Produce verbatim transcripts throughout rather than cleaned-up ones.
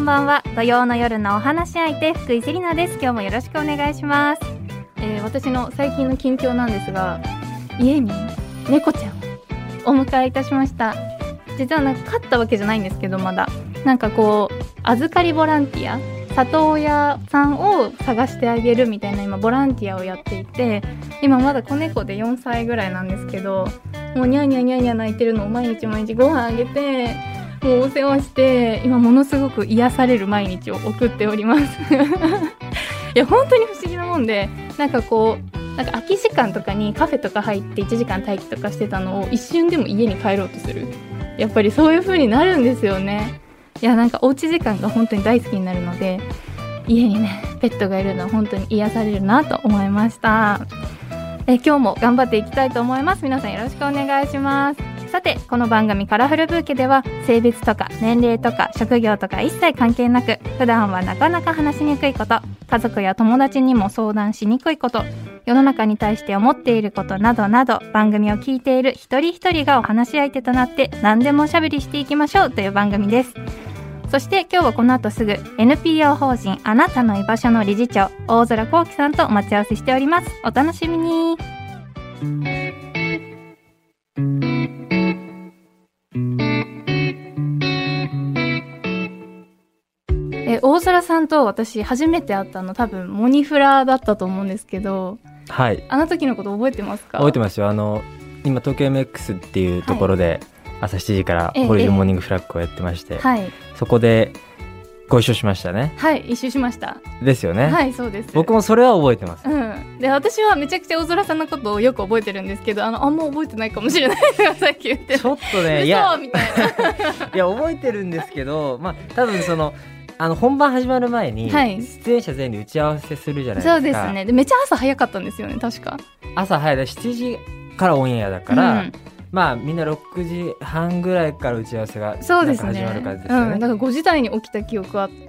ばんは。土曜の夜のお話し相手、福井セリナです。今日もよろしくお願いします。えー、私の最近の近況なんですが、家に猫ちゃんをお迎えいたしました。実はなんか飼ったわけじゃないんですけど、まだなんかこう預かりボランティア、里親さんを探してあげるみたいな今ボランティアをやっていて、今まだ子猫でよんさいぐらいなんですけど、もうニャーニャーニャーニャー泣いてるのを毎日毎日ご飯あげて、もうお世話して、今ものすごく癒される毎日を送っておりますいや本当に不思議なもんで、なんかこうなんか空き時間とかにカフェとか入っていちじかん待機とかしてたのを一瞬でも家に帰ろうとする。やっぱりそういう風になるんですよね。いやなんかおうち時間が本当に大好きになるので、家にねペットがいるのは本当に癒されるなと思いました。え今日も頑張っていきたいと思います。皆さんよろしくお願いします。さてこの番組カラフルブーケでは、性別とか年齢とか職業とか一切関係なく、普段はなかなか話しにくいこと、家族や友達にも相談しにくいこと、世の中に対して思っていることなどなど、番組を聞いている一人一人がお話し相手となって何でもおしゃべりしていきましょうという番組です。そして今日はこの後すぐ エヌピーオー 法人あなたの居場所の理事長、大空幸輝さんとお待ち合わせしております。お楽しみに。え大空さんと私初めて会ったの多分モニフラだったと思うんですけど、 はい、 あの時のこと覚えてますか？ 覚えてますよ。あの今東京 エムエックス っていうところで、はい、朝しちじからホリデーモーニングフラッグをやってまして、はい、そこでご一緒しましたね。 はい、一緒しましたですよね。 はい、そうです。 僕もそれは覚えてます、 うん、で私はめちゃくちゃ大空さんのことをよく覚えてるんですけど、あのあんま覚えてないかもしれないさっき言ってちょっとねいやみたいないや覚えてるんですけど、まあ多分そのあの本番始まる前に出演者全員で打ち合わせするじゃないですか、 はい、そうですね。でめっちゃ朝早かったんですよね確か。 朝早いだしちじからオンエアだから、うん、まあみんなろくじはんぐらいから打ち合わせが始まる感じですよね。 そうですね、うん、だからごじ台に起きた記憶あって、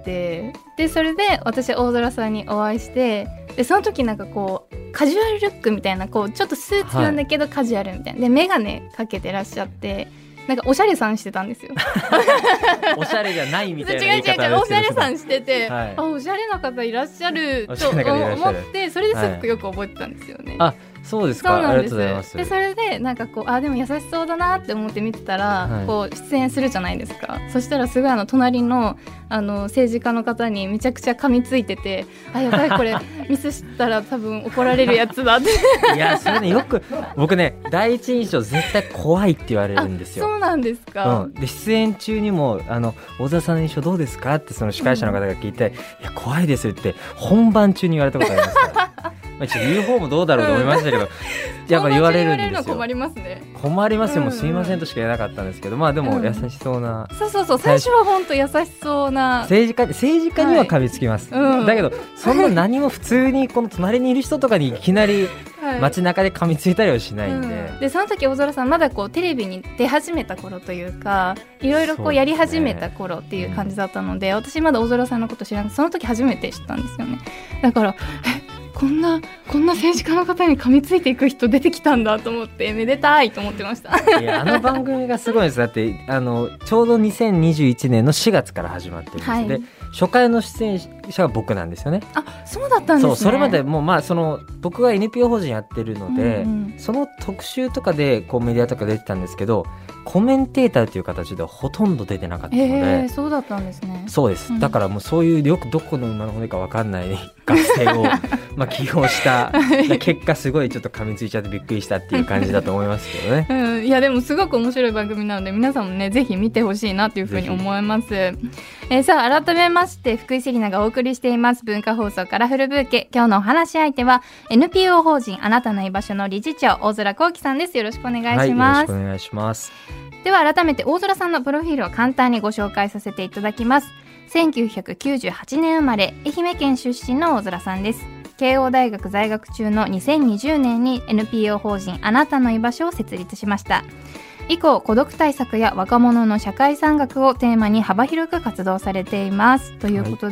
でそれで私大空さんにお会いして、でその時なんかこうカジュアルルックみたいな、こうちょっとスーツなんだけどカジュアルみたいな、はい、で眼鏡かけてらっしゃって、なんかおしゃれさんしてたんですよおしゃれじゃないみたいな言い方ですけど、 違う違う違う、おしゃれさんしてて、 はい、 あおしゃれな方いらっしゃると思って、それですごくよく覚えてたんですよね、 はい、あそうですか。 そうなんです。 ありがとうございます。 でそれでなんかこうあでも優しそうだなって思って見てたら、はい、こう出演するじゃないですか。そしたらすごいあの隣のあの政治家の方にめちゃくちゃ噛みついてて、あやばいこれミスしたら多分怒られるやつだっていやそれねよく僕ね第一印象絶対怖いって言われるんですよ。 そうなんですか、 うん、で出演中にもあの大沢さんの印象どうですかってその司会者の方が聞いて、うん、いや怖いですって本番中に言われたことありますからまあ、ちょっと言う方もどうだろうと思いましたけど、うん、やっぱ言われるんですよ。 困りますね。 困りますよ、もうすいませんとしか言えなかったんですけど、まあでも優しそうな、 うん、そうそうそう、最初は本当優しそうな政治家、政治家には噛みつきます、はいうん、だけどそんな何も普通にこの隣にいる人とかにいきなり街中で噛みついたりはしないんで、うん、 でその時大空さんまだこうテレビに出始めた頃というか、いろいろこうやり始めた頃っていう感じだったので、で、うん、私まだ大空さんのこと知らない、その時初めて知ったんですよね。だからえこんなこんな政治家の方に噛みついていく人出てきたんだと思って、めでたいと思ってましたいやあの番組がすごいです。だってあのちょうどにせんにじゅういちねんのしがつから始まってるんです、はい、で初回の出演者は僕なんですよね。 あそうだったんですね。 そうそれまでもう、まあ、その僕が エヌピーオー 法人やってるので、うんうん、その特集とかでこうメディアとか出てたんですけど、コメンテーターという形ではほとんど出てなかったので、えー、そうだったんですね。 そうです、うん、だからもうそういうよくどこの馬の骨か分かんない学生をまあ起用した結果すごいちょっと噛みついちゃってびっくりしたっていう感じだと思いますけどね、 うん、いやでもすごく面白い番組なので皆さんもねぜひ見てほしいなというふうに思います。えー、さあ改めまして福井セリナがお送りしています文化放送カラフルブーケ、今日のお話し相手は エヌピーオー 法人あなたの居場所の理事長大空幸輝さんです。よろしくお願いします。はい、よろしくお願いします。 では改めて大空さんのプロフィールを簡単にご紹介させていただきます。せんきゅうひゃくきゅうじゅうはちねん生まれ、愛媛県出身の大空さんです。慶応大学在学中のにせんにじゅうねんに エヌピーオー 法人あなたの居場所を設立しました。以降孤独対策や若者の社会参画をテーマに幅広く活動されていますということで、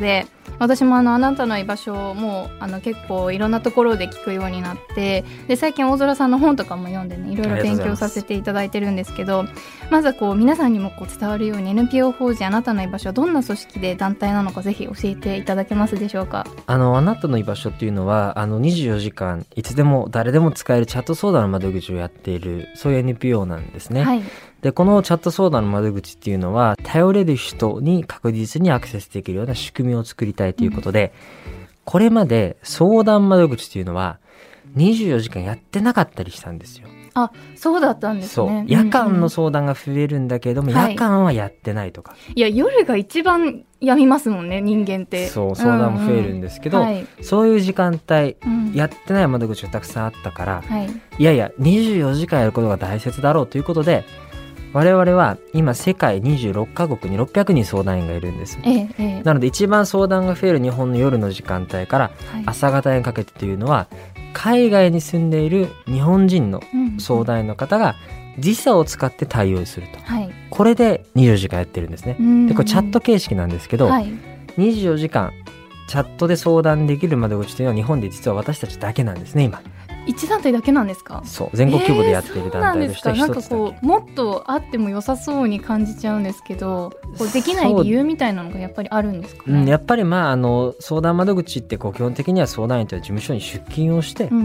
私もあのあなたの居場所もあの結構いろんなところで聞くようになって、で最近大空さんの本とかも読んでね、いろいろ勉強させていただいてるんですけど、まずはこう皆さんにもこう伝わるように エヌピーオー 法人あなたの居場所はどんな組織で団体なのか、ぜひ教えていただけますでしょうか。 あのあなたの居場所っていうのはあのにじゅうよじかんいつでも誰でも使えるチャット相談の窓口をやっている、そういう エヌピーオー なんですね。 はい。 でこのチャット相談の窓口っていうのは頼れる人に確実にアクセスできるような仕組みを作りたいということで、うん、これまで相談窓口っていうのはにじゅうよじかんやってなかったりしたんですよ。 あ、そうだったんですね。 そう、夜間の相談が増えるんだけども、うんうん、夜間はやってないとか、 はい、いや夜が一番やみますもんね、人間って。 そう、相談も増えるんですけど、うんうんはい、そういう時間帯、うん、やってない窓口がたくさんあったから、はい、いやいやにじゅうよじかんやることが大切だろうということで、我々は今世界にじゅうろっかこくにろっぴゃくにん相談員がいるんです、ええええ、なので一番相談が増える日本の夜の時間帯から朝方にかけてというのは、海外に住んでいる日本人の相談員の方が時差を使って対応すると、はい、これでにじゅうよじかんやってるんですね。でこれチャット形式なんですけど、はい、にじゅうよじかんチャットで相談できる窓口というのは日本で実は私たちだけなんですね今。 一団体だけなんですか。 そう、全国規模でやっている団体としては一つだけ。 なんかこうもっとあっても良さそうに感じちゃうんですけど、こうできない理由みたいなのがやっぱりあるんですかね。 うん、やっぱりまああの相談窓口ってこう基本的には相談員という事務所に出勤をして、うんうん、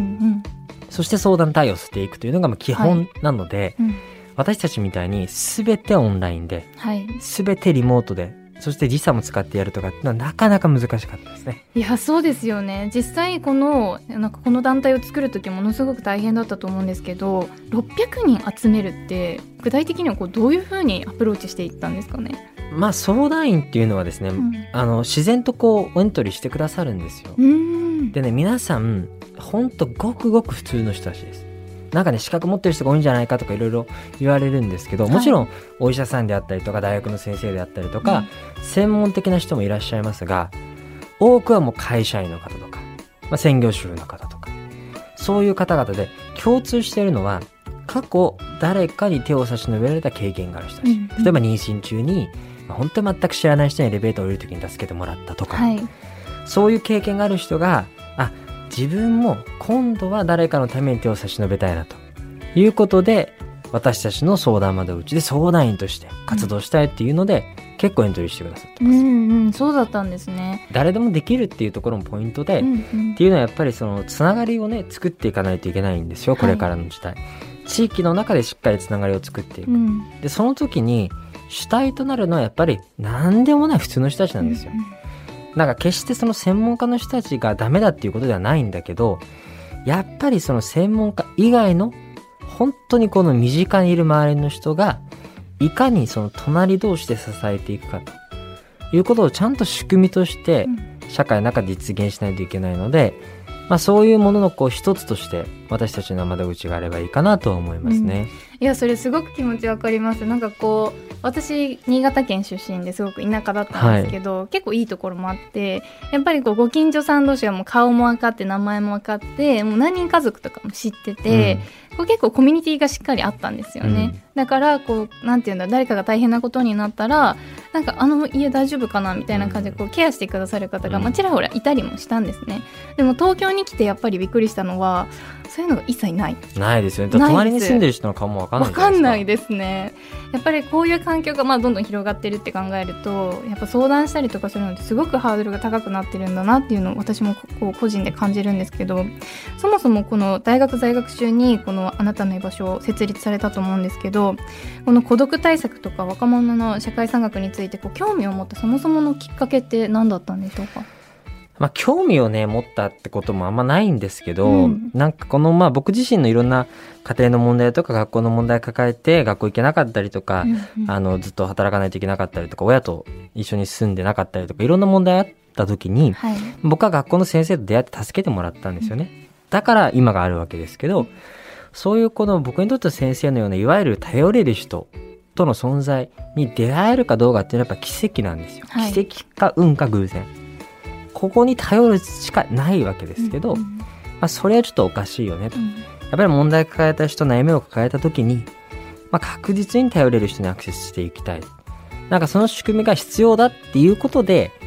そして相談対応していくというのがまあ基本なので、はいうん、私たちみたいに全てオンラインで、はい、全てリモートで、そして時差も使ってやるとかっていうのはなかなか難しかったですね。 いやそうですよね。実際このなんかこの団体を作る時ものすごく大変だったと思うんですけど、ろっぴゃくにん集めるって具体的にはこうどういうふうにアプローチしていったんですかね。 まあ相談員っていうのはですね、うん、あの自然とこうエントリーしてくださるんですよ。うんでね、皆さんほんとごくごく普通の人たちです。なんかね資格持ってる人が多いんじゃないかとかいろいろ言われるんですけど、もちろんお医者さんであったりとか大学の先生であったりとか、うん、専門的な人もいらっしゃいますが、多くはもう会社員の方とか、まあ、専業主婦の方とか、そういう方々で共通しているのは過去誰かに手を差し伸べられた経験がある人たち、うんうん、例えば妊娠中に、まあ、本当に全く知らない人にエレベーターを降りる時に助けてもらったとか、はい、そういう経験がある人が、あ、自分も今度は誰かのために手を差し伸べたいなということで、私たちの相談窓口で相談員として活動したいっていうので、うん、結構エントリーしてくださってます。 うんうん、そうだったんですね。 誰でもできるっていうところもポイントで、うんうん、っていうのはやっぱりそのつながりをね作っていかないといけないんですよ、これからの時代、はい、地域の中でしっかりつながりを作っていく、うん、でその時に主体となるのはやっぱり何でもない普通の人たちなんですよ、うんうん、なんか決してその専門家の人たちがダメだっていうことではないんだけど、やっぱりその専門家以外の本当にこの身近にいる周りの人がいかにその隣同士で支えていくかということをちゃんと仕組みとして社会の中で実現しないといけないので、まあ、そういうもののこう一つとして私たちの窓口があればいいかなと思いますね、 うん、いやそれすごく気持ちわかります。なんかこう私新潟県出身ですごく田舎だったんですけど、はい、結構いいところもあって、やっぱりこうご近所さん同士がもう顔も分かって名前も分かってもう何人家族とかも知ってて、うん、こう結構コミュニティがしっかりあったんですよね、うん、だからこうなんていうんだ、誰かが大変なことになったらなんかあの家大丈夫かなみたいな感じでこうケアしてくださる方が、まあ、ちらほらいたりもしたんですね。でも東京に来てやっぱりびっくりしたのはそういうのが一切ないないですよね。隣に住んでる人の顔も分かんないじゃないですか。 分かんないですね。やっぱりこういう環境がまあどんどん広がってるって考えると、やっぱ相談したりとかするのってすごくハードルが高くなってるんだなっていうのを私もこう個人で感じるんですけど、そもそもこの大学在学中にこのあなたの居場所を設立されたと思うんですけど、この孤独対策とか若者の社会参画についてこう興味を持ったそもそものきっかけって何だったんでしょうか。 まあ、興味をね持ったってこともあんまないんですけど、うん、なんかこのまあ僕自身のいろんな家庭の問題とか学校の問題を抱えて学校行けなかったりとか、うんうん、あのずっと働かないといけなかったりとか親と一緒に住んでなかったりとかいろんな問題あった時に、はい、僕は学校の先生と出会って助けてもらったんですよね、うん、だから今があるわけですけど、うん、そういうこの僕にとっての先生のようないわゆる頼れる人との存在に出会えるかどうかっていうのはやっぱ奇跡なんですよ、はい、奇跡か運か偶然、ここに頼るしかないわけですけど、うんうんまあ、それはちょっとおかしいよねと、うん、やっぱり問題を抱えた人、悩みを抱えた時に、まあ、確実に頼れる人にアクセスしていきたい、なんかその仕組みが必要だっていうことで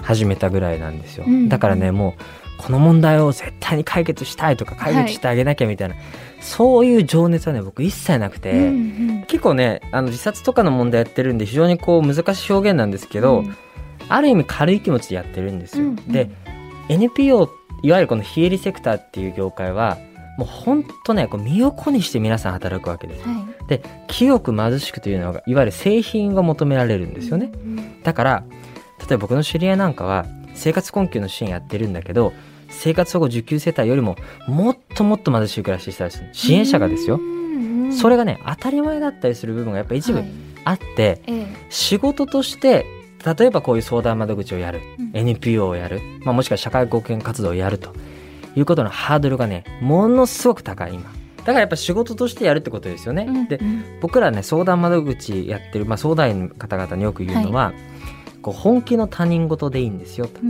始めたぐらいなんですよ、 うん、 だからねもうこの問題を絶対に解決したいとか解決してあげなきゃみたいな、はい、そういう情熱はね僕一切なくて、うんうん、結構ねあの自殺とかの問題やってるんで非常にこう難しい表現なんですけど、うん、ある意味軽い気持ちでやってるんですよ、うんうん、で エヌピーオー いわゆるこの非営利セクターっていう業界はもう本当ねこう身を粉にして皆さん働くわけです、はい、で清く貧しくというのがいわゆる製品が求められるんですよね、うんうん、だから例えば僕の知り合いなんかは生活困窮の支援やってるんだけど生活保護受給世帯よりももっともっと貧しい暮らししたりする支援者がですよ、うんうん、それがね当たり前だったりする部分がやっぱり一部あって、はい、仕事として例えばこういう相談窓口をやる、うん、エヌピーオー をやる、まあ、もしくは社会貢献活動をやるということのハードルがねものすごく高い今だからやっぱ仕事としてやるってことですよね、うんうん、で僕らね相談窓口やってる、まあ、相談員の方々によく言うのは、はい、こう本気の他人事でいいんですよと、うん、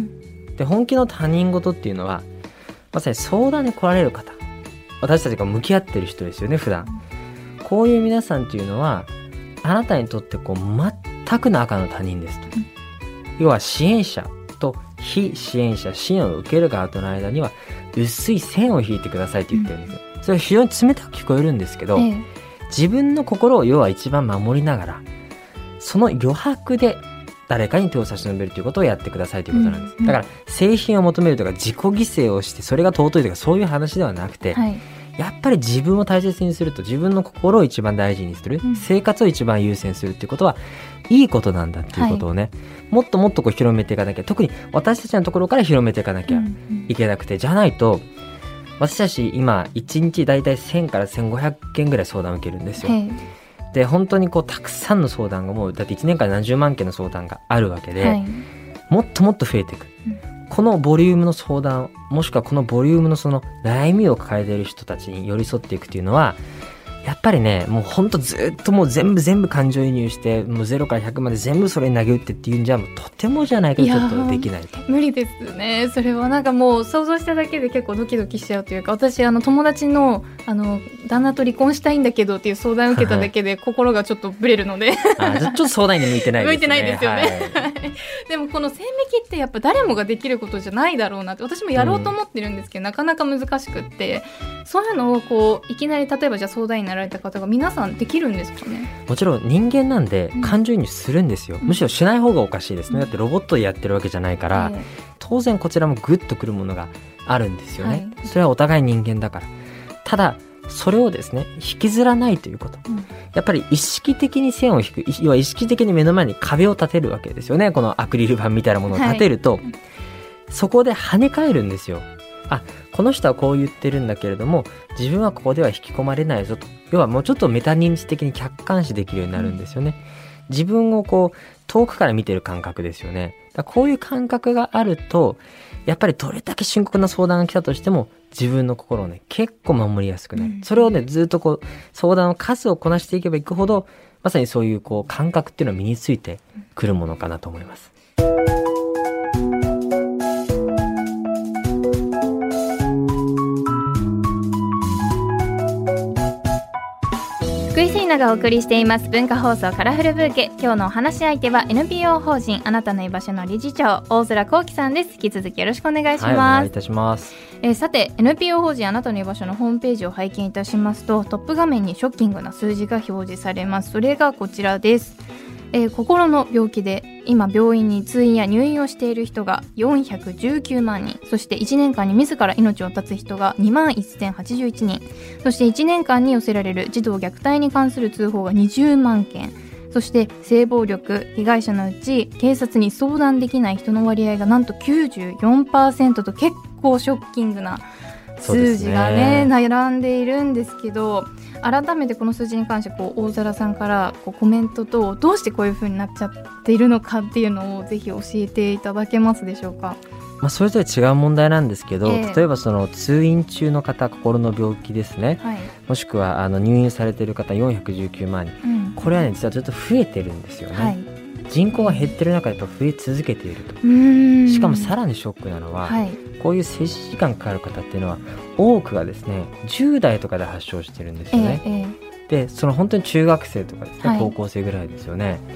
で本気の他人事っていうのはまさに相談に来られる方私たちが向き合ってる人ですよね普段、うん、こういう皆さんっていうのはあなたにとってこう全くの赤の他人ですと、うん、要は支援者と非支援者支援を受ける側との間には薄い線を引いてくださいって言ってるんですよ、うん、それは非常に冷たく聞こえるんですけど、ええ、自分の心を要は一番守りながらその余白で誰かに手を差し伸べるということをやってくださいということなんです、うんうん、だから製品を求めるとか自己犠牲をしてそれが尊いとかそういう話ではなくて、はい、やっぱり自分を大切にすると自分の心を一番大事にする、うん、生活を一番優先するということはいいことなんだっていうことをね、はい、もっともっとこう広めていかなきゃ特に私たちのところから広めていかなきゃいけなくて、うんうん、じゃないと私たち今いちにちだいたいせんからせんごひゃくけんぐらい相談を受けるんですよ、はい、で本当にこうたくさんの相談がもうだっていちねんかん何十万件の相談があるわけで、はい、もっともっと増えていく、うん、このボリュームの相談もしくはこのボリュームのその悩みを抱えている人たちに寄り添っていくというのはやっぱりねもうほんとずっともう全部全部感情移入してもうゼロからひゃくまで全部それに投げ打ってっていうんじゃもうとてもじゃないけどちょっとできないと無理ですねそれはなんかもう想像しただけで結構ドキドキしちゃうというか私あの友達のあの旦那と離婚したいんだけどっていう相談を受けただけで心がちょっとブレるのであちょっと相談に向いてないですね向いてないですよね、 はい、でもこの線引きってやっぱ誰もができることじゃないだろうなって私もやろうと思ってるんですけど、うん、なかなか難しくってそういうのをこういきなり例えばじゃあ相談になられた方が皆さんできるんですかね。 もちろん人間なんで感情移入するんですよ、うん、むしろしない方がおかしいですね、うん、だってロボットでやってるわけじゃないから、うん、当然こちらもグッとくるものがあるんですよね、はい、それはお互い人間だからただそれをですね引きずらないということ、うん、やっぱり意識的に線を引く要は意識的に目の前に壁を立てるわけですよねこのアクリル板みたいなものを立てると、はい、そこで跳ね返るんですよあこの人はこう言ってるんだけれども自分はここでは引き込まれないぞと要はもうちょっとメタ認知的に客観視できるようになるんですよね、うん、自分をこう遠くから見てる感覚ですよねだこういう感覚があるとやっぱりどれだけ深刻な相談が来たとしても自分の心をね結構守りやすくなる、うん、それをねずっとこう相談の数をこなしていけばいくほどまさにそういうこう感覚っていうのは身についてくるものかなと思います。 福井セイナがお送りしています文化放送カラフルブーケ今日のお話し相手は エヌピーオー 法人あなたの居場所の理事長大空幸喜さんです引き続きよろしくお願いします、はい、お願いいたします、 えー、さて エヌピーオー 法人あなたの居場所のホームページを拝見いたしますとトップ画面にショッキングな数字が表示されますそれがこちらです、えー、心の病気で今病院に通院や入院をしている人がよんひゃくじゅうきゅうまんにんそしていちねんかんに自ら命を絶つ人がにまんせんはちじゅういちにんそしていちねんかんに寄せられる児童虐待に関する通報がにじゅうまんけんそして性暴力被害者のうち警察に相談できない人の割合がなんと きゅうじゅうよんパーセント と結構ショッキングな数字が ね, ね並んでいるんですけど改めてこの数字に関してこう大空さんからこうコメントとどうしてこういう風になっちゃっているのかっていうのをぜひ教えていただけますでしょうか。 まあ、それぞれ違う問題なんですけど、えー、例えばその通院中の方心の病気ですね、はい、もしくはあの入院されている方よんひゃくじゅうきゅうまんにん、うん、これはね実はずっと増えてるんですよね、はい、人口が減ってる中でやっぱ増え続けていると。うーんしかもさらにショックなのは、はい、こういう接種時間かかる方っていうのは多くがですねじゅうだいとかで発症してるんですよね、えーえー、でその本当に中学生とかですね、はい、高校生ぐらいですよね。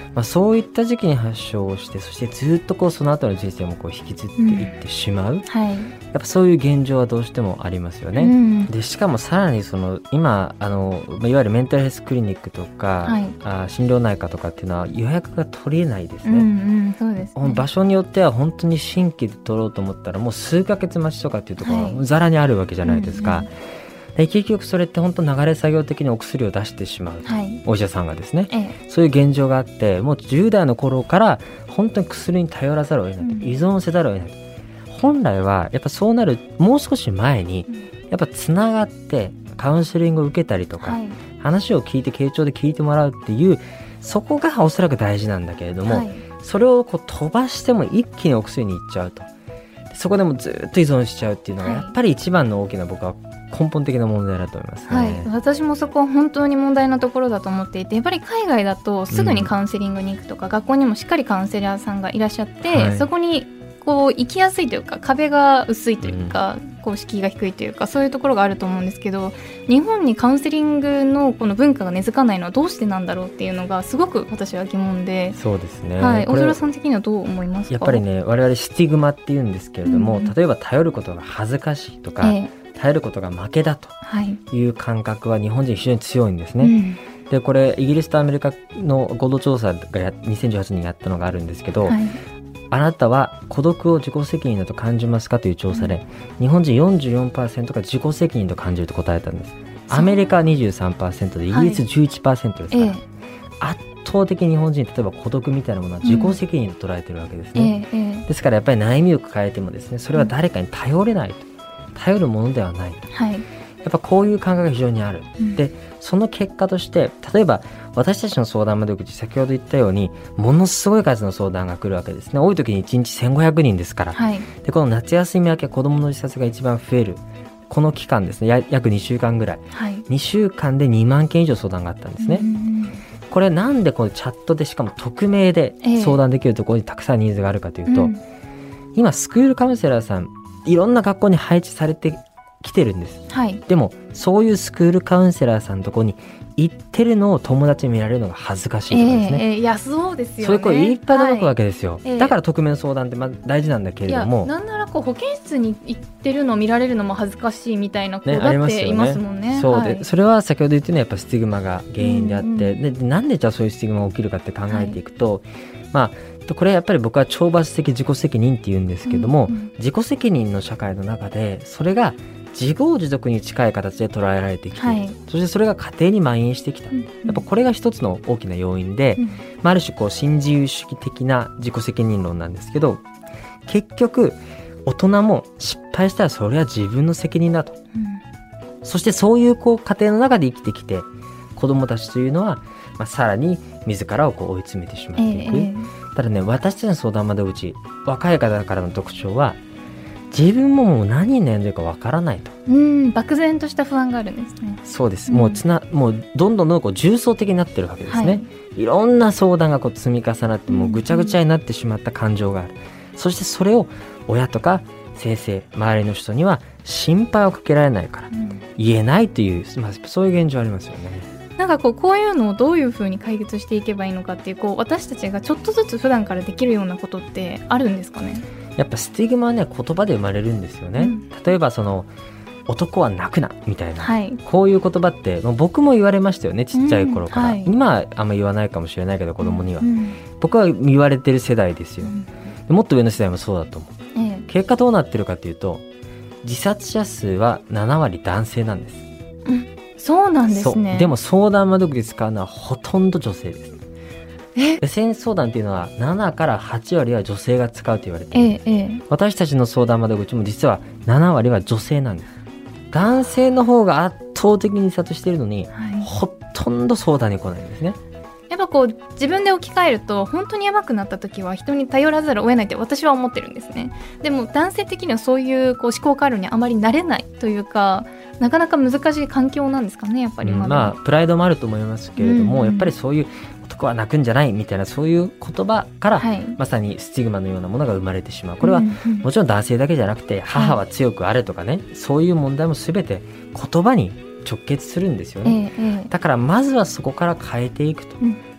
まあ、そういった時期に発症をして、そしてずっとこうその後の人生もこう引きずっていってしまう、うんはい、やっぱそういう現状はどうしてもありますよね、うん、でしかもさらにその今あのいわゆるメンタルヘルスクリニックとか、はい、あ心療内科とかっていうのは予約が取れないですね、うんうん、そうですね。場所によっては本当に新規で取ろうと思ったらもう数ヶ月待ちとかっていうところがざらにあるわけじゃないですか、はいうんうんで結局それって本当流れ作業的にお薬を出してしまう、はい、お医者さんがですね、ええ、そういう現状があって、もうじゅう代の頃から本当に薬に頼らざるを得ない、うん、依存せざるを得ない。本来はやっぱそうなるもう少し前にやっぱつながってカウンセリングを受けたりとか、はい、話を聞いて傾聴で聞いてもらうっていう、そこがおそらく大事なんだけれども、はい、それをこう飛ばしても一気にお薬に行っちゃうと、そこでもずっと依存しちゃうっていうのがやっぱり一番の大きな僕は根本的な問題だと思いますね、はい、 私もそこは本当に問題なところだと思っていて、やっぱり海外だとすぐにカウンセリングに行くとか、うん、学校にもしっかりカウンセラーさんがいらっしゃって、はい、そこにこう行きやすいというか壁が薄いというか、うん、こう敷居が低いというか、そういうところがあると思うんですけど、日本にカウンセリングのこの文化が根付かないのはどうしてなんだろうっていうのがすごく私は疑問で。 そうですね、 はい、大空さん的にはどう思いますか？ やっぱりね、我々スティグマっていうんですけれども、うん、例えば頼ることが恥ずかしいとか、ええ頼ることが負けだという感覚は日本人非常に強いんですね、はいうん、でこれイギリスとアメリカの合同調査がやにせんじゅうはちねんにやったのがあるんですけど、はい、あなたは孤独を自己責任だと感じますかという調査で、うん、日本人 よんじゅうよんパーセント が自己責任と感じると答えたんです。アメリカは にじゅうさんパーセント でイギリス じゅういちパーセント ですから、はいええ、圧倒的に日本人例えば孤独みたいなものは自己責任と捉えているわけですね、うんええ、ですからやっぱり悩みを抱えてもですね、それは誰かに頼れないと、頼るものではないと、はい、やっぱこういう感覚が非常にある、うん、でその結果として例えば私たちの相談窓口、先ほど言ったようにものすごい数の相談が来るわけですね。多い時にいちにちせんごひゃくにんですから、はい、でこの夏休み明け子どもの自殺が一番増えるこの期間ですね、や約にしゅうかんぐらい、はい、にしゅうかんでにまんけん以上相談があったんですね、うん、これなんでこのチャットでしかも匿名で相談できるところにたくさんニーズがあるかというと、えーうん、今スクールカウンセラーさんいろんな学校に配置されてきてるんです、はい、でもそういうスクールカウンセラーさんのところに行ってるのを友達に見られるのが恥ずかしいとかですね、 えーえー、いやそうですよね、 そういう声いっぱい届くわけですよ、はい、だから匿名の相談ってま大事なんだけれども、 いやなんならこう保健室に行ってるのを見られるのも恥ずかしいみたいな子だっていますもんね、 そうで、はい、それは先ほど言ったようにやっぱスティグマが原因であって、うんうん、でなんでじゃあそういうスティグマが起きるかって考えていくと、はい、まあこれやっぱり僕は懲罰的自己責任って言うんですけども、うんうん、自己責任の社会の中でそれが自業自得に近い形で捉えられてきて、はい、そしてそれが家庭に蔓延してきた、うんうん、やっぱこれが一つの大きな要因で、うんまあ、ある種こう新自由主義的な自己責任論なんですけど、結局大人も失敗したらそれは自分の責任だと、うん、そしてそういうこう家庭の中で生きてきて子どもたちというのは、まあ、さらに自らをこう追い詰めてしまっていく、えー、ただね、私たちの相談窓口若い方からの特徴は自分ももう何に悩んでるかわからないと、 うん漠然とした不安があるんですね。 そうです、うん、もうつなもうどんどんどんこう重層的になってるわけですね、はい、いろんな相談がこう積み重なってもうぐちゃぐちゃになってしまった感情がある、うん、そしてそれを親とか先生周りの人には心配をかけられないから、うん、言えないという、まあ、そういう現状ありますよね。 なんかこうこういうのをどういうふうに解決していけばいいのかっていう、こう私たちがちょっとずつ普段からできるようなことってあるんですかね。 やっぱスティグマはね言葉で生まれるんですよね、うん、例えばその男は泣くなみたいな、はい、こういう言葉ってもう僕も言われましたよね、ちっちゃい頃から、うんはい、今はあんま言わないかもしれないけど子供には、うん、僕は言われてる世代ですよ、うん、もっと上の世代もそうだと思う、ええ、結果どうなってるかというと自殺者数はななわり男性なんです、 うん、そうなんですね。 でも相談窓口使うのはほとんど女性です。え先相談っていうのはななからはちわりは女性が使うと言われている、ええ、私たちの相談窓口も実はななわりは女性なんです。男性の方が圧倒的に自殺しているのに、はい、ほとんど相談に来ないんですね。 やっぱこう自分で置き換えると本当にやばくなった時は人に頼らざるを得ないって私は思ってるんですね。でも男性的にはそういうこう思考回路にあまりなれないというか、なかなか難しい環境なんですかね、やっぱり、うん、まあプライドもあると思いますけれども、うんうん、やっぱりそういう男は泣くんじゃないみたいなそういう言葉から、はい、まさにスティグマのようなものが生まれてしまう。これはもちろん男性だけじゃなくて、母は強くあれとかね、はい、そういう問題も全て言葉に直結するんですよね、ええ、だからまずはそこから変えていくと、うん、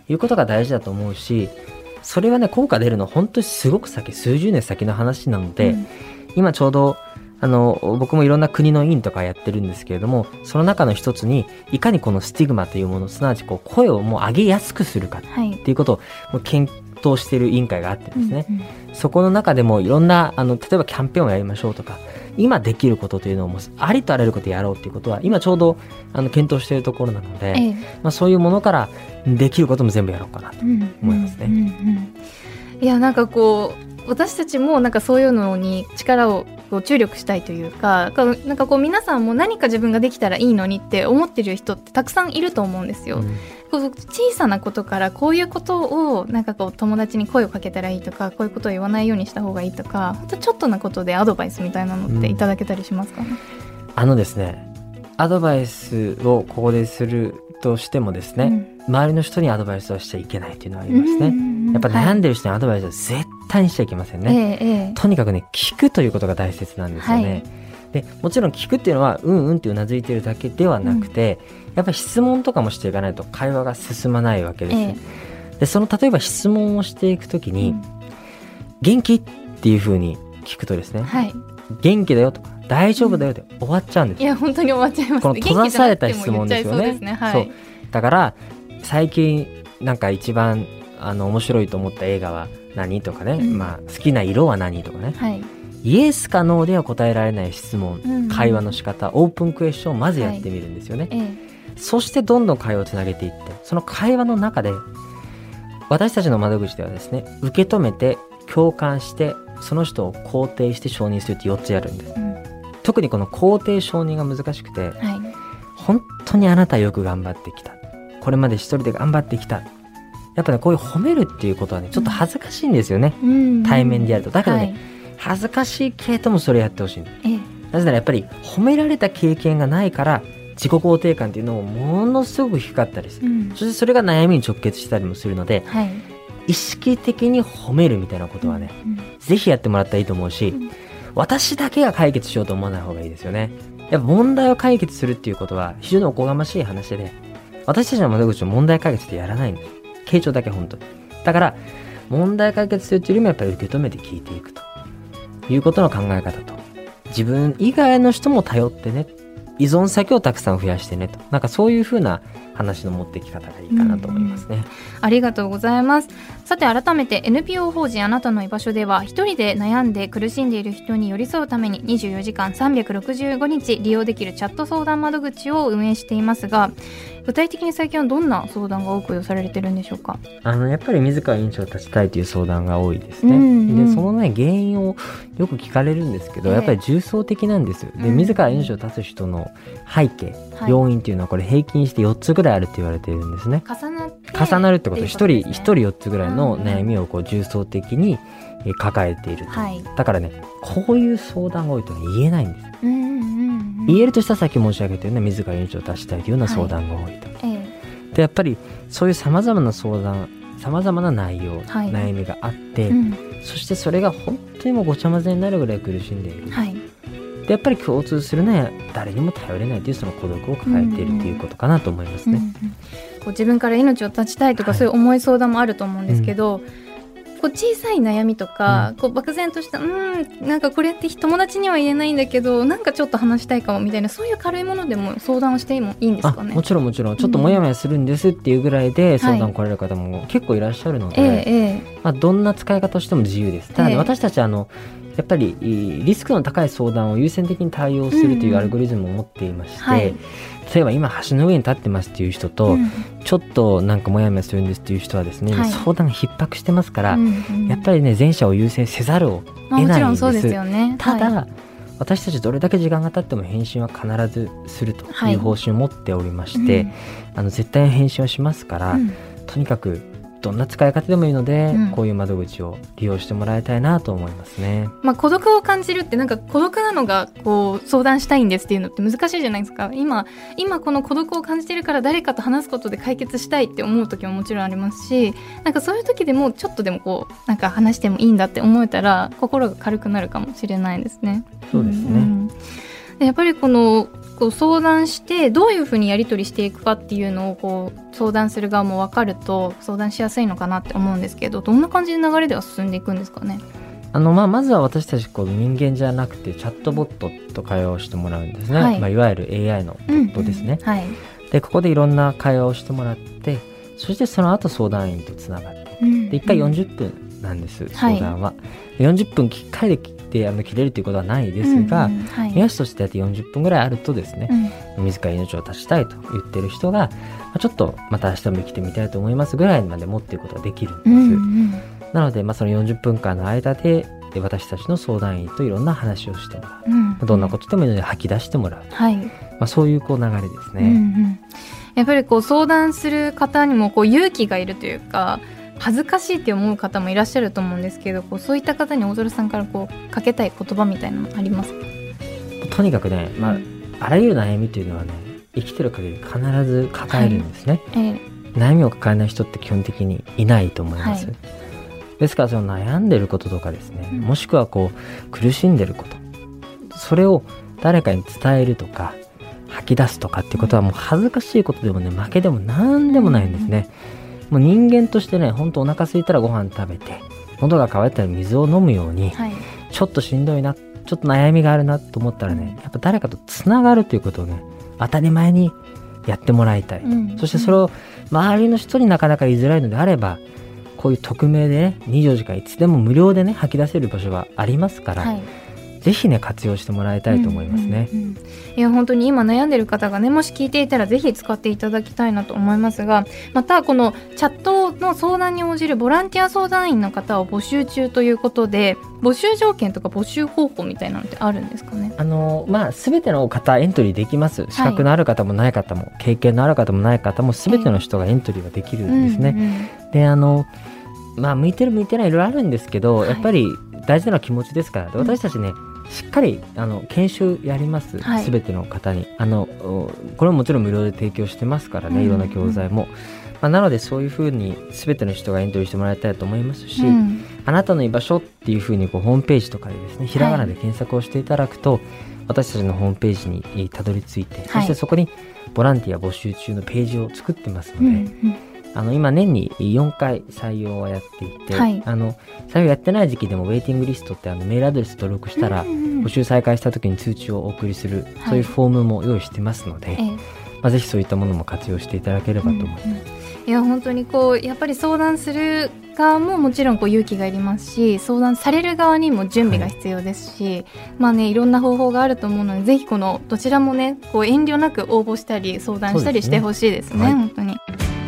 いうことが大事だと思うし、それはね効果出るの本当にすごく先、数十年先の話なので、うん、今ちょうどあの僕もいろんな国の院とかやってるんですけれども、その中の一つにいかにこのスティグマというもの、すなわちこう声をもう上げやすくするかっていうことをもう検討している委員会があってですね、うんうん、そこの中でもいろんなあの例えばキャンペーンをやりましょうとか、今できることというのをもうありとあらゆることをやろうということは今ちょうどあの検討しているところなので、ええ、まあ、そういうものからできることも全部やろうかなと思いますね。うんうんうんうん、 いやなんかこう私たちもなんかそういうのに力を注力したいというか、なんかこう皆さんも何か自分ができたらいいのにって思ってる人ってたくさんいると思うんですよ。うん、こう小さなことからこういうことをなんかこう友達に声をかけたらいいとか、こういうことを言わないようにした方がいいとか、ほんとちょっとなことでアドバイスみたいなのっていただけたりしますかね？うん、 あのですね、アドバイスをここでするとしてもですね、うん、周りの人にアドバイスをしちゃいけないっていうのはありますね。うんうんうん、やっぱ悩んでる人にアドバイスは絶対にしちゃいけませんね。えーえー、とにかくね聞くということが大切なんですよね。はい、でもちろん聞くっていうのはうんうんってうなずいてるだけではなくて、うん、やっぱり質問とかもしていかないと会話が進まないわけです。えー、でその例えば質問をしていくときに、うん、元気っていう風に聞くとですね、はい、元気だよとか大丈夫だよって終わっちゃうんです。 いや本当に終わっちゃいますね。 この閉ざされた質問ですよね。 そうですね、はい、 そうだから最近なんか一番あの面白いと思った映画は何とかね、うん、まあ、好きな色は何とかね、はい、イエスかノーでは答えられない質問、うん、会話の仕方、オープンクエスチョンをまずやってみるんですよね。はい、ええ、そしてどんどん会話をつなげていって、その会話の中で私たちの窓口ではですね、受け止めて共感してその人を肯定して承認するってよっつやるんです。うん、特にこの肯定承認が難しくて、はい、本当にあなたよく頑張ってきた、これまで一人で頑張ってきた、やっぱねこういう褒めるっていうことはねちょっと恥ずかしいんですよね。うん、対面でやると。だけどね、はい、恥ずかしいけれどもそれやってほしい。ええ、なぜならやっぱり褒められた経験がないから自己肯定感っていうのもものすごく低かったりする。うん、そしてそれが悩みに直結したりもするので、はい、意識的に褒めるみたいなことはね、うんうん、ぜひやってもらったらいいと思うし、うん、私だけが解決しようと思わない方がいいですよね。やっぱ問題を解決するっていうことは非常におこがましい話で、私たちの窓口の問題解決ってやらないんです。傾聴だけ本当に。だから問題解決するっていうよりもやっぱり受け止めて聞いていくということの考え方と、自分以外の人も頼ってね、依存先をたくさん増やしてねと、なんかそういう風な話の持っていき方がいいかなと思いますね。うんうん、 ありがとうございます。さて改めて エヌピーオー 法人あなたの居場所では、一人で悩んで苦しんでいる人に寄り添うためににじゅうよじかんさんびゃくろくじゅうごにち利用できるチャット相談窓口を運営していますが、具体的に最近はどんな相談が多く寄せられてるんでしょうか？ あのやっぱり自ら命を絶ちたいという相談が多いですね。うんうん、でその、ね、原因をよく聞かれるんですけど、えー、やっぱり重層的なんです。で自ら命を絶つ人の背景、はい、要因っていうのはこれ平均してよっつぐらいあるって言われているんですね。 重なって重なるってことで一人一人よっつぐらいの悩みをこう重層的に抱えていると、はい、だからねこういう相談が多いとは言えないんです。うんうんうん、言えるとしたらさっき申し上げたような自ら命を絶ちたいというような相談が多いと、はい、でやっぱりそういうさまざまな相談、さまざまな内容、はい、悩みがあって、うん、そしてそれが本当にもうごちゃ混ぜになるぐらい苦しんでいる、はい、でやっぱり共通するのは誰にも頼れないというその孤独を抱えているということかなと思いますね。うんうん、こう自分から命を絶ちたいとか、はい、そういう重い相談もあると思うんですけど、うん、こう小さい悩みとか、うん、こう漠然としたうんなんかこれって友達には言えないんだけどなんかちょっと話したいかもみたいな、そういう軽いものでも相談をしてもいいんですかね？ あ、もちろんもちろん、ちょっとモヤモヤするんですっていうぐらいで相談来られる方も結構いらっしゃるので、はい、えーまあ、どんな使い方をしても自由です。ただ、ね、えー、私たちはあのやっぱりリスクの高い相談を優先的に対応するというアルゴリズムを持っていまして、うん、はい、例えば今橋の上に立ってますっていう人と、うん、ちょっとなんかモヤモヤするんですっていう人はですね、はい、相談が逼迫してますから、うんうん、やっぱりね前者を優先せざるを得ないんです。まあ、もちろんそうですよね。ただ、はい、私たちどれだけ時間が経っても返信は必ずするという方針を持っておりまして、はい、うん、あの絶対に返信をしますから、うん、とにかくどんな使い方でもいいので、うん、こういう窓口を利用してもらいたいなと思いますね。 まあ、孤独を感じるってなんか孤独なのがこう相談したいんですっていうのって難しいじゃないですか。今今この孤独を感じてるから誰かと話すことで解決したいって思う時ももちろんありますし、なんかそういう時でもちょっとでもこうなんか話してもいいんだって思えたら心が軽くなるかもしれないですね。 そうですね。 うんうん、やっぱりこのこう相談してどういうふうにやり取りしていくかっていうのをこう相談する側も分かると相談しやすいのかなって思うんですけど、どんな感じの流れでは進んでいくんですかね。 あのまあまずは私たちこう人間じゃなくてチャットボットと会話をしてもらうんですね、はい、まあ、いわゆる エーアイ のボットですね、 うんうん、はい、 でここでいろんな会話をしてもらって、そしてその後相談員とつながって、うんうん、でいっかいよんじゅっぷんなんです、相談は、はい、よんじゅっぷんきっかりで切ってあの切れるということはないですが、うんうん、はい、目安としてだってよんじゅっぷんぐらいあるとですね、うん、自ら命を絶ちたいと言ってる人が、まあ、ちょっとまた明日も生きてみたいと思いますぐらいまで持っていくことができるんです、うんうん、なので、まあ、そのよんじゅっぷんかんの間で私たちの相談員といろんな話をしてもらう、うん、どんなことでもいいので吐き出してもらう、はい、まあ、そういうこう流れですね、うんうん、 やっぱりこう相談する方にもこう勇気がいるというか恥ずかしいって思う方もいらっしゃると思うんですけど、こうそういった方に大空さんからこうかけたい言葉みたいなのありますか。 とにかくね、まあ、うん、あらゆる悩みというのはね、生きてる限り必ず抱えるんですね、はい、えー、悩みを抱えない人って基本的にいないと思います、はい、ですからその悩んでることとかですね、うん、もしくはこう苦しんでること、それを誰かに伝えるとか吐き出すとかっていうことはもう恥ずかしいことでもね負けでも何でもないんですね、うん、もう人間としてね、本当お腹空いたらご飯食べて、喉が渇いたら水を飲むように、はい、ちょっとしんどいな、ちょっと悩みがあるなと思ったらね、やっぱ誰かとつながるということをね当たり前にやってもらいたい、うん、そしてそれを周りの人になかなか言いづらいのであれば、こういう匿名でねにじゅうよじかんいつでも無料でね吐き出せる場所はありますから、はい、ぜひね活用してもらいたいと思いますね、うんうんうん、 いや本当に今悩んでる方がねもし聞いていたらぜひ使っていただきたいなと思いますが、またこのチャットの相談に応じるボランティア相談員の方を募集中ということで、募集条件とか募集方法みたいなのってあるんですかね。 あの、まあ、全ての方エントリーできます。資格のある方もない方も、はい、経験のある方もない方も全ての人がエントリーができるんですね、うんうん、であのまあ向いてる向いてないいろいろあるんですけど、はい、やっぱり大事なのは気持ちですから、私たちね、うん、しっかりあの研修やります、はい、全ての方にあのこれももちろん無料で提供してますからね、うん、いろんな教材も、まあ、なのでそういうふうに全ての人がエントリーしてもらいたいと思いますし、うん、あなたの居場所っていうふうにこうホームページとかでですねひらがなで検索をしていただくと、はい、私たちのホームページにたどり着いて、はい、そしてそこにボランティア募集中のページを作ってますので、うんうん、あの今年によんかい採用はやっていて、はい、あの採用やってない時期でもウェイティングリストってあのメールアドレス登録したら、うんうん、募集再開した時に通知をお送りする、はい、そういうフォームも用意してますので、えーまあ、ぜひそういったものも活用していただければと思います、うんうん、 いや本当にこうやっぱり相談する側ももちろんこう勇気がいりますし、相談される側にも準備が必要ですし、はい、まあねいろんな方法があると思うので、ぜひこのどちらもねこう遠慮なく応募したり相談したりしてほしいですね、はい、本当に。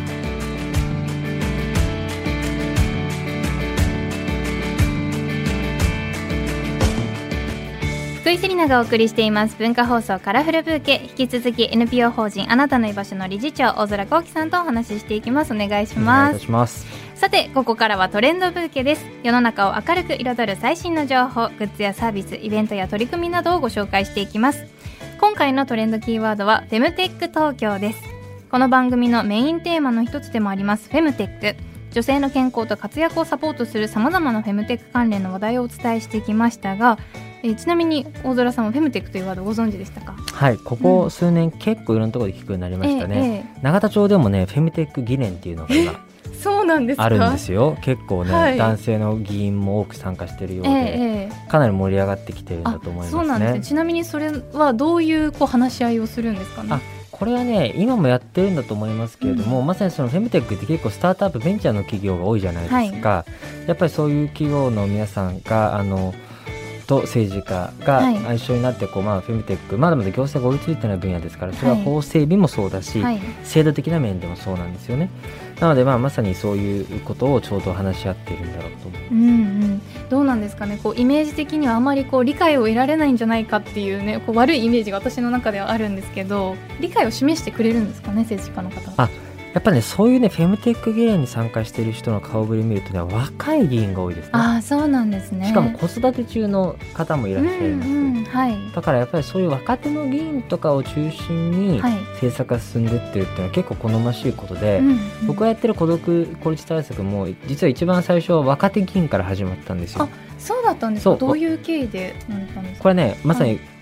福井セリナがお送りしています文化放送カラフルブーケ、引き続き エヌピーオー 法人あなたの居場所の理事長大空幸輝さんとお話ししていきます。お願いします。お願いいたします。さてここからはトレンドブーケです。世の中を明るく彩る最新の情報、グッズやサービス、イベントや取り組みなどをご紹介していきます。今回のトレンドキーワードはフェムテック東京です。この番組のメインテーマの一つでもありますフェムテック、女性の健康と活躍をサポートするさまざまなフェムテック関連の話題をお伝えしてきましたが、えー、ちなみに大空さんはフェムテックというワードご存知でしたか。 はい、ここ数年、うん、結構いろんなところで聞くようになりましたね、えーえー、永田町でもねフェムテック議連っていうのが今そうなんですか。 あるんですよ。結構ね、はい、男性の議員も多く参加しているようで、えー、かなり盛り上がってきてるんだと思いますね。 そうなんですね。ちなみにそれはどういう、こう話し合いをするんですかね。 あ、これはね今もやってるんだと思いますけれども、うん、まさにそのフェムテックって結構スタートアップベンチャーの企業が多いじゃないですか、はい、やっぱりそういう企業の皆さんがあのと政治家が一緒になってこう、まあ、フェムテックまだまだ行政が追いついてない分野ですから、それは法整備もそうだし、はい、制度的な面でもそうなんですよね。なので、まあ、まさにそういうことをちょうど話し合っているんだろうと思う、 うんうん、どうなんですかね。こうイメージ的にはあまりこう理解を得られないんじゃないかっていうね、こう悪いイメージが私の中ではあるんですけど、理解を示してくれるんですかね、政治家の方は。 あ、やっぱりねそういうねフェムテック議連に参加している人の顔ぶれ見るとね、若い議員が多いですね。 あ、そうなんですね。 しかも子育て中の方もいらっしゃいます、うんうん、はい、だからやっぱりそういう若手の議員とかを中心に政策が進んでってるっていうのは結構好ましいことで、うんうん、僕がやってる孤独孤立対策も実は一番最初は若手議員から始まったんですよ。 あ、そうだったんですか。どういう経緯でなったんですか。 これねまさに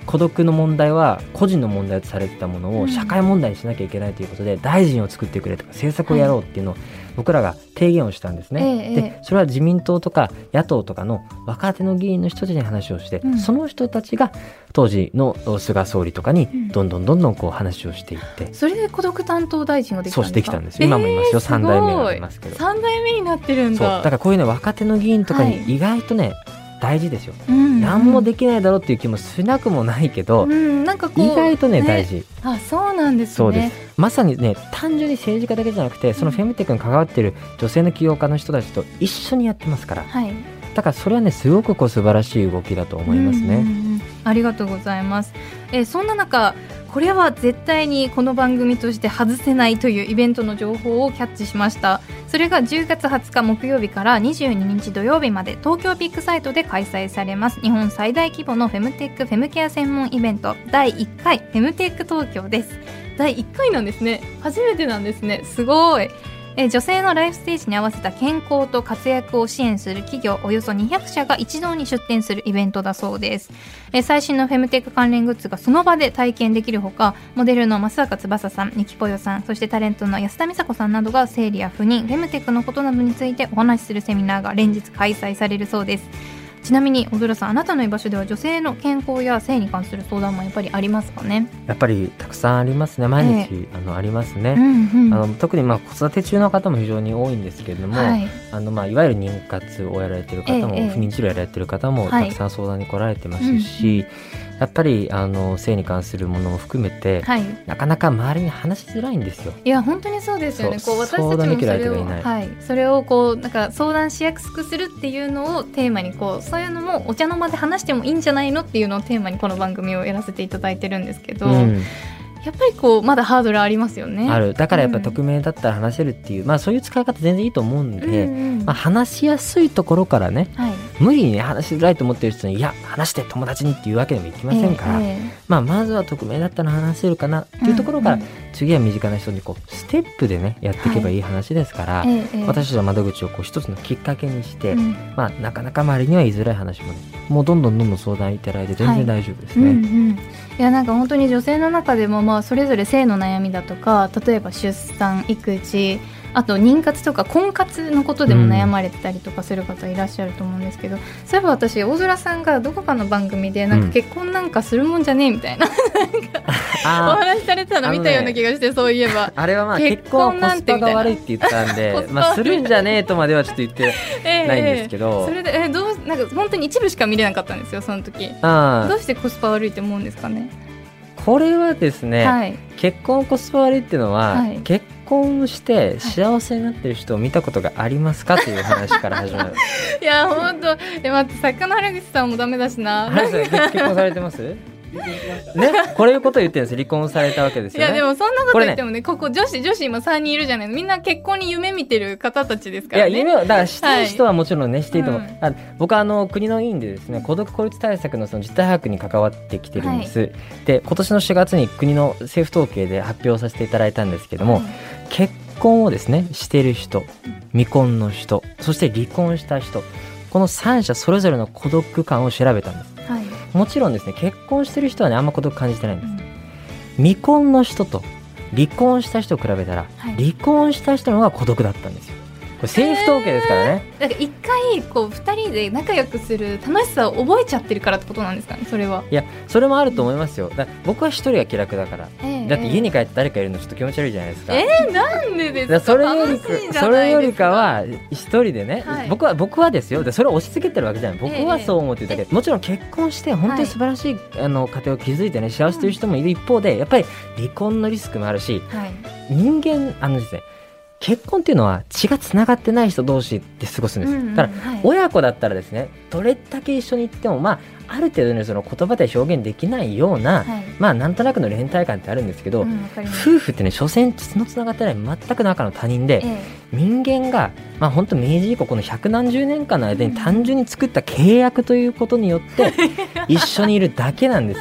孤独の問題は個人の問題とされてたものを社会問題にしなきゃいけないということで、うん、大臣を作ってくれとか政策をやろうっていうのを僕らが提言をしたんですね、はい、でそれは自民党とか野党とかの若手の議員の人たちに話をして、うん、その人たちが当時の菅総理とかにどんどんどんどんこう話をしていって、うん、 それで孤独担当大臣ができたんですか？ そうできたんですよ。今もいますよ、えー、さんだいめがいますけどさんだいめになってるんだ。 そうだからこういうね若手の議員とかに意外とね、はい、大事ですよ、うんうん、何もできないだろうっていう気もしなくもないけど、うん、なんかこう意外と ね, ね大事。 あ、そうなんですね。 そうです。まさにね単純に政治家だけじゃなくてそのフェムテックに関わっている女性の起業家の人たちと一緒にやってますから、はい、だからそれはねすごくこう素晴らしい動きだと思いますね。うんうんうん、 ありがとうございます。えー、そんな中これは絶対にこの番組として外せないというイベントの情報をキャッチしました。それがじゅうがつはつか木曜日からにじゅうににち土曜日まで東京ビッグサイトで開催されます日本最大規模のフェムテックフェムケア専門イベントだいいっかいフェムテック東京です。だいいっかいなんですね。初めてなんですね。すごい。え女性のライフステージに合わせた健康と活躍を支援する企業およそにひゃくしゃが一堂に出展するイベントだそうです。え最新のフェムテック関連グッズがその場で体験できるほか、モデルの増坂翼さん、ニキポヨさん、そしてタレントの安田美沙子さんなどが生理や不妊、フェムテックのことなどについてお話しするセミナーが連日開催されるそうです。ちなみに小倉さん、あなたの居場所では女性の健康や性に関する相談もやっぱりありますかね？ やっぱりたくさんありますね。毎日、えー、あのありますね。うんうん、あの特にまあ子育て中の方も非常に多いんですけれども、はい、あのまあいわゆる妊活をやられている方も、えー、不妊治療をやられている方もたくさん相談に来られてますし、はい、やっぱりあの性に関するものも含めて、はい、なかなか周りに話しづらいんですよ。 いや本当にそうですよね。こう私たちもそれを、はい、それをこうなんか相談しやすくするっていうのをテーマにこうそういうのもお茶の間で話してもいいんじゃないのっていうのをテーマにこの番組をやらせていただいてるんですけど、うん、やっぱりこうまだハードルありますよね。 ある。だからやっぱり匿名だったら話せるっていう、うん、まあそういう使い方全然いいと思うんで、うんうんまあ、話しやすいところからね、はい、無理に、ね、話しづらいと思ってる人にいや話して友達にっていうわけにもいきませんから、えーえーまあ、まずは匿名だったら話せるかなっていうところから、うんうん、次は身近な人にこうステップでねやっていけばいい話ですから、はいえーえー、私たちの窓口をこう一つのきっかけにして、うんまあ、なかなか周りには言いづらい話もねもうどんどんどんどん相談いただいて全然大丈夫ですね。はいうんうんいやなんか本当に女性の中でもまあそれぞれ性の悩みだとか例えば出産育児あと妊活とか婚活のことでも悩まれてたりとかする方いらっしゃると思うんですけど、うん、そういえば私大空さんがどこかの番組でなんか結婚なんかするもんじゃねえみたいな、うん、なんかお話しされてたの見たような気がして、ね、そういえばあれはまあ結婚はコスパが悪いって言ったんでまあするんじゃねえとまではちょっと言ってないんですけど、えーえー、 それで、えー、どうなんか本当に一部しか見れなかったんですよその時。あどうしてコスパ悪いって思うんですかね？ これはですね、はい、結婚コスパ悪いっていうのは、はい、結婚して幸せになってる人を見たことがありますかという話から始まるいや本当え待って作家の原口さんもダメだしな原口さん結婚されてますね、これいうことを言ってるんです。離婚されたわけですよね。 いやでもそんなこと言っても ね, ねここ女子女子今さんにんいるじゃないの。みんな結婚に夢見てる方たちですからね。 いや夢をだからしたい人はもちろんね、はい、していいと思う、うん、あ僕はあの国の委員でですね孤独孤立対策 の, その実態把握に関わってきてるんです、はい、で今年のしがつに国の政府統計で発表させていただいたんですけども、はい、結婚をですねしている人未婚の人そして離婚した人このさん者それぞれの孤独感を調べたんです、はい、もちろんですね結婚してる人はねあんま孤独感じてないんです、うん、未婚の人と離婚した人を比べたら、はい、離婚した人の方が孤独だったんですよ。これ政府統計ですからね。 だから一回こうふたりで仲良くする楽しさを覚えちゃってるからってことなんですかね。それはいやそれもあると思いますよ。だ僕は一人が気楽だから、えー、だって家に帰って誰かいるのちょっと気持ち悪いじゃないですか。 えー、なんでですか。 だそれよりかそれよりかは一人でね、はい、僕は僕はですよ。でそれを押し付けてるわけじゃない。僕はそう思っていたけど、えー、もちろん結婚して本当に素晴らしい、はい、あの家庭を築いてね幸せという人もいる一方で、やっぱり離婚のリスクもあるし、はい、人間あのですね結婚っていうのは血がつながってない人同士で過ごすんです、うんうん、だから、はい、親子だったらですねどれだけ一緒に行っても、まあ、ある程度のその言葉で表現できないような、はい、まあなんとなくの連帯感ってあるんですけど、うん、夫婦ってね所詮血のつながってない全く中の他人で、ええ、人間が、まあ、本当明治以降この百何十年間の間に単純に作った契約ということによって一緒にいるだけなんですよ。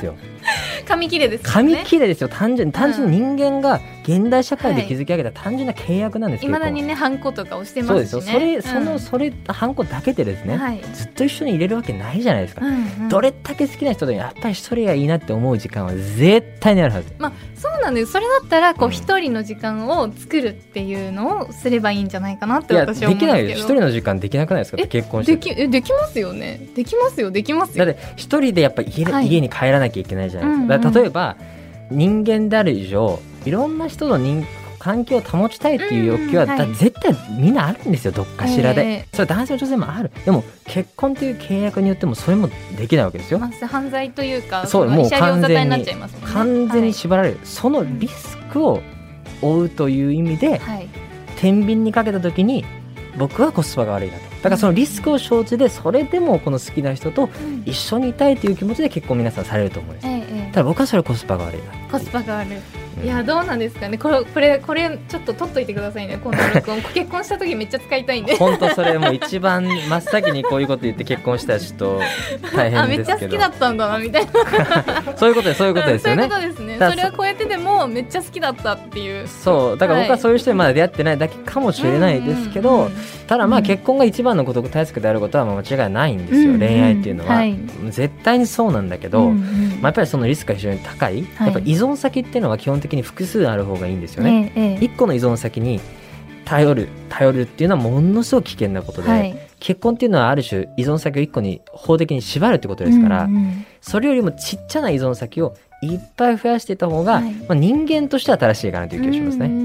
紙切れですよ紙ね。 切れですよ。単純に単純に人間が現代社会で築き上げた単純な契約なんですけど、 いまだにねハンコとか押してそうますしね。 ですよ。それ、 うんそのそれハンコだけでですね、 はい、 ずっと一緒に入れるわけないじゃないですか、 うんうん、 どれだけ好きな人でもやっぱり一人がいいなって思う時間は絶対にあるはず。 まあそうなんです。それだったらこううん一人の時間を作るっていうのをすればいいんじゃないかなっていや私は思うんですけど。 できないよ。一人の時間できなくないですか。 え結婚してできえできますよね。できますよできますよ。 だって一人でやっぱ家,、 はい、 家に帰らなきゃいけないじゃないですか。 うんうん、 だから例えば人間である以上いろんな人の人環境を保ちたいっていう欲求は、 うんはい、 だ絶対みんなあるんですよ、どっかしらで、 えー、 それは男性も女性もある。でも結婚という契約によってもそれもできないわけですよ、 まあ、犯罪というかそうもう完全に完全に縛られる、はい、そのリスクを負うという意味で、はい、天秤にかけた時に僕はコスパが悪いなと。だからそのリスクを承知でそれでもこの好きな人と一緒にいたいという気持ちで結婚皆さんされると思うんです、ええ、ただ僕はそれコスパが悪いな。 コスパが悪い、うん、いやどうなんですかね。これこれこれちょっと取っといてくださいね、今度録音結婚した時めっちゃ使いたいんで本当それもう一番真っ先にこういうこと言って結婚したらちょっと大変ですけどあめっちゃ好きだったんだなみたいなそういうことですそういうことですよね。 そういうことですね。それはこうやってでもめっちゃ好きだったっていう。 そうだから僕はそういう人にまだ出会ってないだけかもしれないですけど、うんうんうん、ただまあ結婚が一番のこと大好きであることは間違いないんですよ、うんうん、恋愛っていうのは、はい、絶対にそうなんだけど、うんうんまあ、やっぱりそのリスクが非常に高い、はい、やっぱ依存先っていうのは基本的に複数ある方がいいんですよね、ええ、一個の依存先に頼る頼るっていうのはものすごく危険なことで、はい、結婚っていうのはある種依存先を一個に法的に縛るってことですから、うんうん、それよりもちっちゃな依存先をいっぱい増やしていた方が、はいまあ、人間としては正しいかなという気がしますね。うんうん、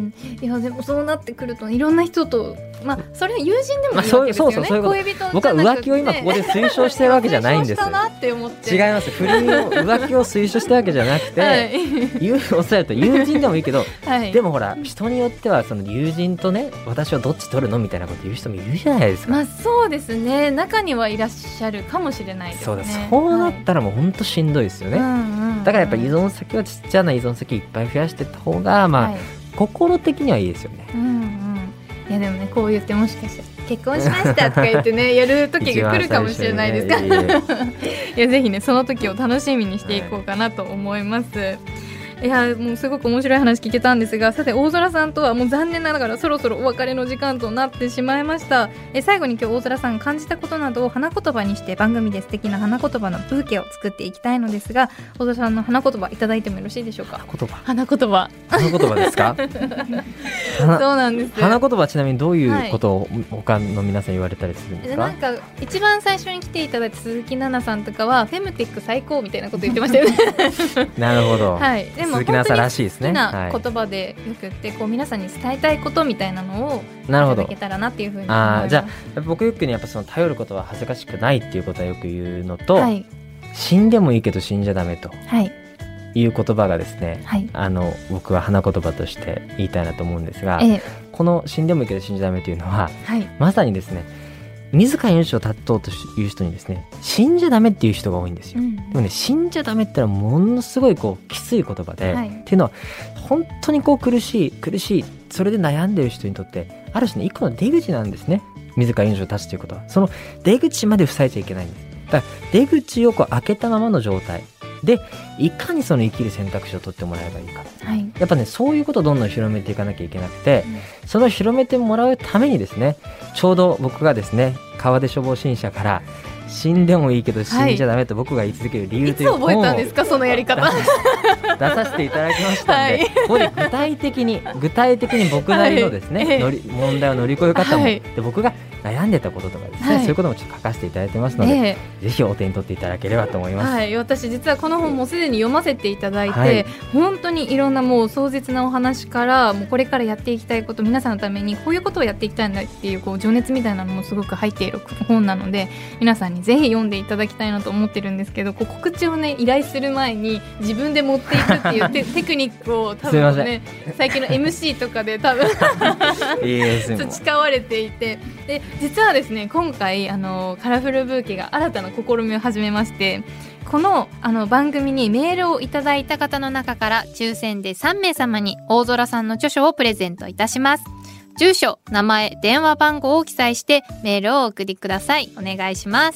いやでもそうなってくるといろんな人と、まあ、それは友人でもいいわけですよね、まあ、そうそうそういうこと。恋人じゃなくて僕は浮気を今ここで推奨してるわけじゃないんですよ違います。不倫を浮気を推奨してるわけじゃなくて、はい、言うおっしゃると友人でもいいけど、はい、でもほら人によってはその友人とね私はどっち取るのみたいなこと言う人もいるじゃないですか。 まあそうですね、中にはいらっしゃるかもしれないですね。 そうです。そうなったらもう本当しんどいですよね、はいうんうん、だからやっぱり依存先はちっちゃな依存先いっぱい増やしていった方がまあ、はい、心的にはいいですよね、うんうん、 いやでもねこう言ってもしかしたら結婚しましたとか言ってねやる時が来るかもしれないですから、ね、いやぜひねその時を楽しみにしていこうかなと思います、はいいやもうすごく面白い話聞けたんですが、さて大空さんとはもう残念ながらそろそろお別れの時間となってしまいました。え最後に今日大空さん感じたことなどを花言葉にして番組で素敵な花言葉のブーケを作っていきたいのですが、大空さんの花言葉いただいてもよろしいでしょうか。 花言葉花言葉花言葉ですかそうなんです。 花言葉ちなみにどういうことを他の皆さん言われたりするんですか。 なんか一番最初に来ていただいた鈴木奈々さんとかはフェムテック最高みたいなこと言ってましたよねなるほど、 はい、でも鈴木奈々さんらしいですね。 好きな言葉でよくって、はい、こう皆さんに伝えたいことみたいなのをいただけたらなっていうふうに思います。 あじゃあ僕よくにやっぱその頼ることは恥ずかしくないっていうことはよく言うのと、はい、死んでもいいけど死んじゃダメと、はい、いう言葉がですね、はい、あの僕は花言葉として言いたいなと思うんですが、ええ、この死んでもいいけど死んじゃダメというのは、はい、まさにですね自ら命を絶とうという人にですね死んじゃダメっていう人が多いんですよ、うん、でもね死んじゃダメってのはものすごいこうきつい言葉で、はい、っていうのは本当にこう苦しい苦しいそれで悩んでる人にとってある種の一個の出口なんですね。自ら命を絶つということはその出口まで塞いちゃいけないんです。だから出口をこう開けたままの状態でいかにその生きる選択肢を取ってもらえばいいか、はい、やっぱねそういうことをどんどん広めていかなきゃいけなくて、うん、その広めてもらうためにですねちょうど僕がですね川出処方新社から死んでもいいけど死んじゃダメと僕が言い続ける理由という本を、 はい、いつ覚えたんですかそのやり方出させていただきましたので、はい、ここで具体的に具体的に僕なりのですね、はい、乗り問題を乗り越え方も、はい、で僕が悩んでたこととかですね、はい、そういうこともちょっと書かせていただいてますので、えー、ぜひお手に取っていただければと思います、 はい、私実はこの本もすでに読ませていただいて、はい、本当にいろんなもう壮絶なお話からもうこれからやっていきたいこと皆さんのためにこういうことをやっていきたいんだっていう、こう情熱みたいなのもすごく入っている本なので皆さんにぜひ読んでいただきたいなと思ってるんですけど、こう告知をね依頼する前に自分で持っていくっていうテ, テクニックを多分ね最近の エムシー とかで多分培われていて、で実はですね今回あのカラフルブーケが新たな試みを始めまして、この、あの番組にメールをいただいた方の中から抽選でさんめい様に大空さんの著書をプレゼントいたします。住所、名前、電話番号を記載してメールをお送りください。お願いします。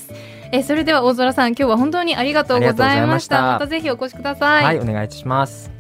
えそれでは大空さん、今日は本当にありがとうございました。 ありがとうございました。 またぜひお越しください。 はい、お願いします。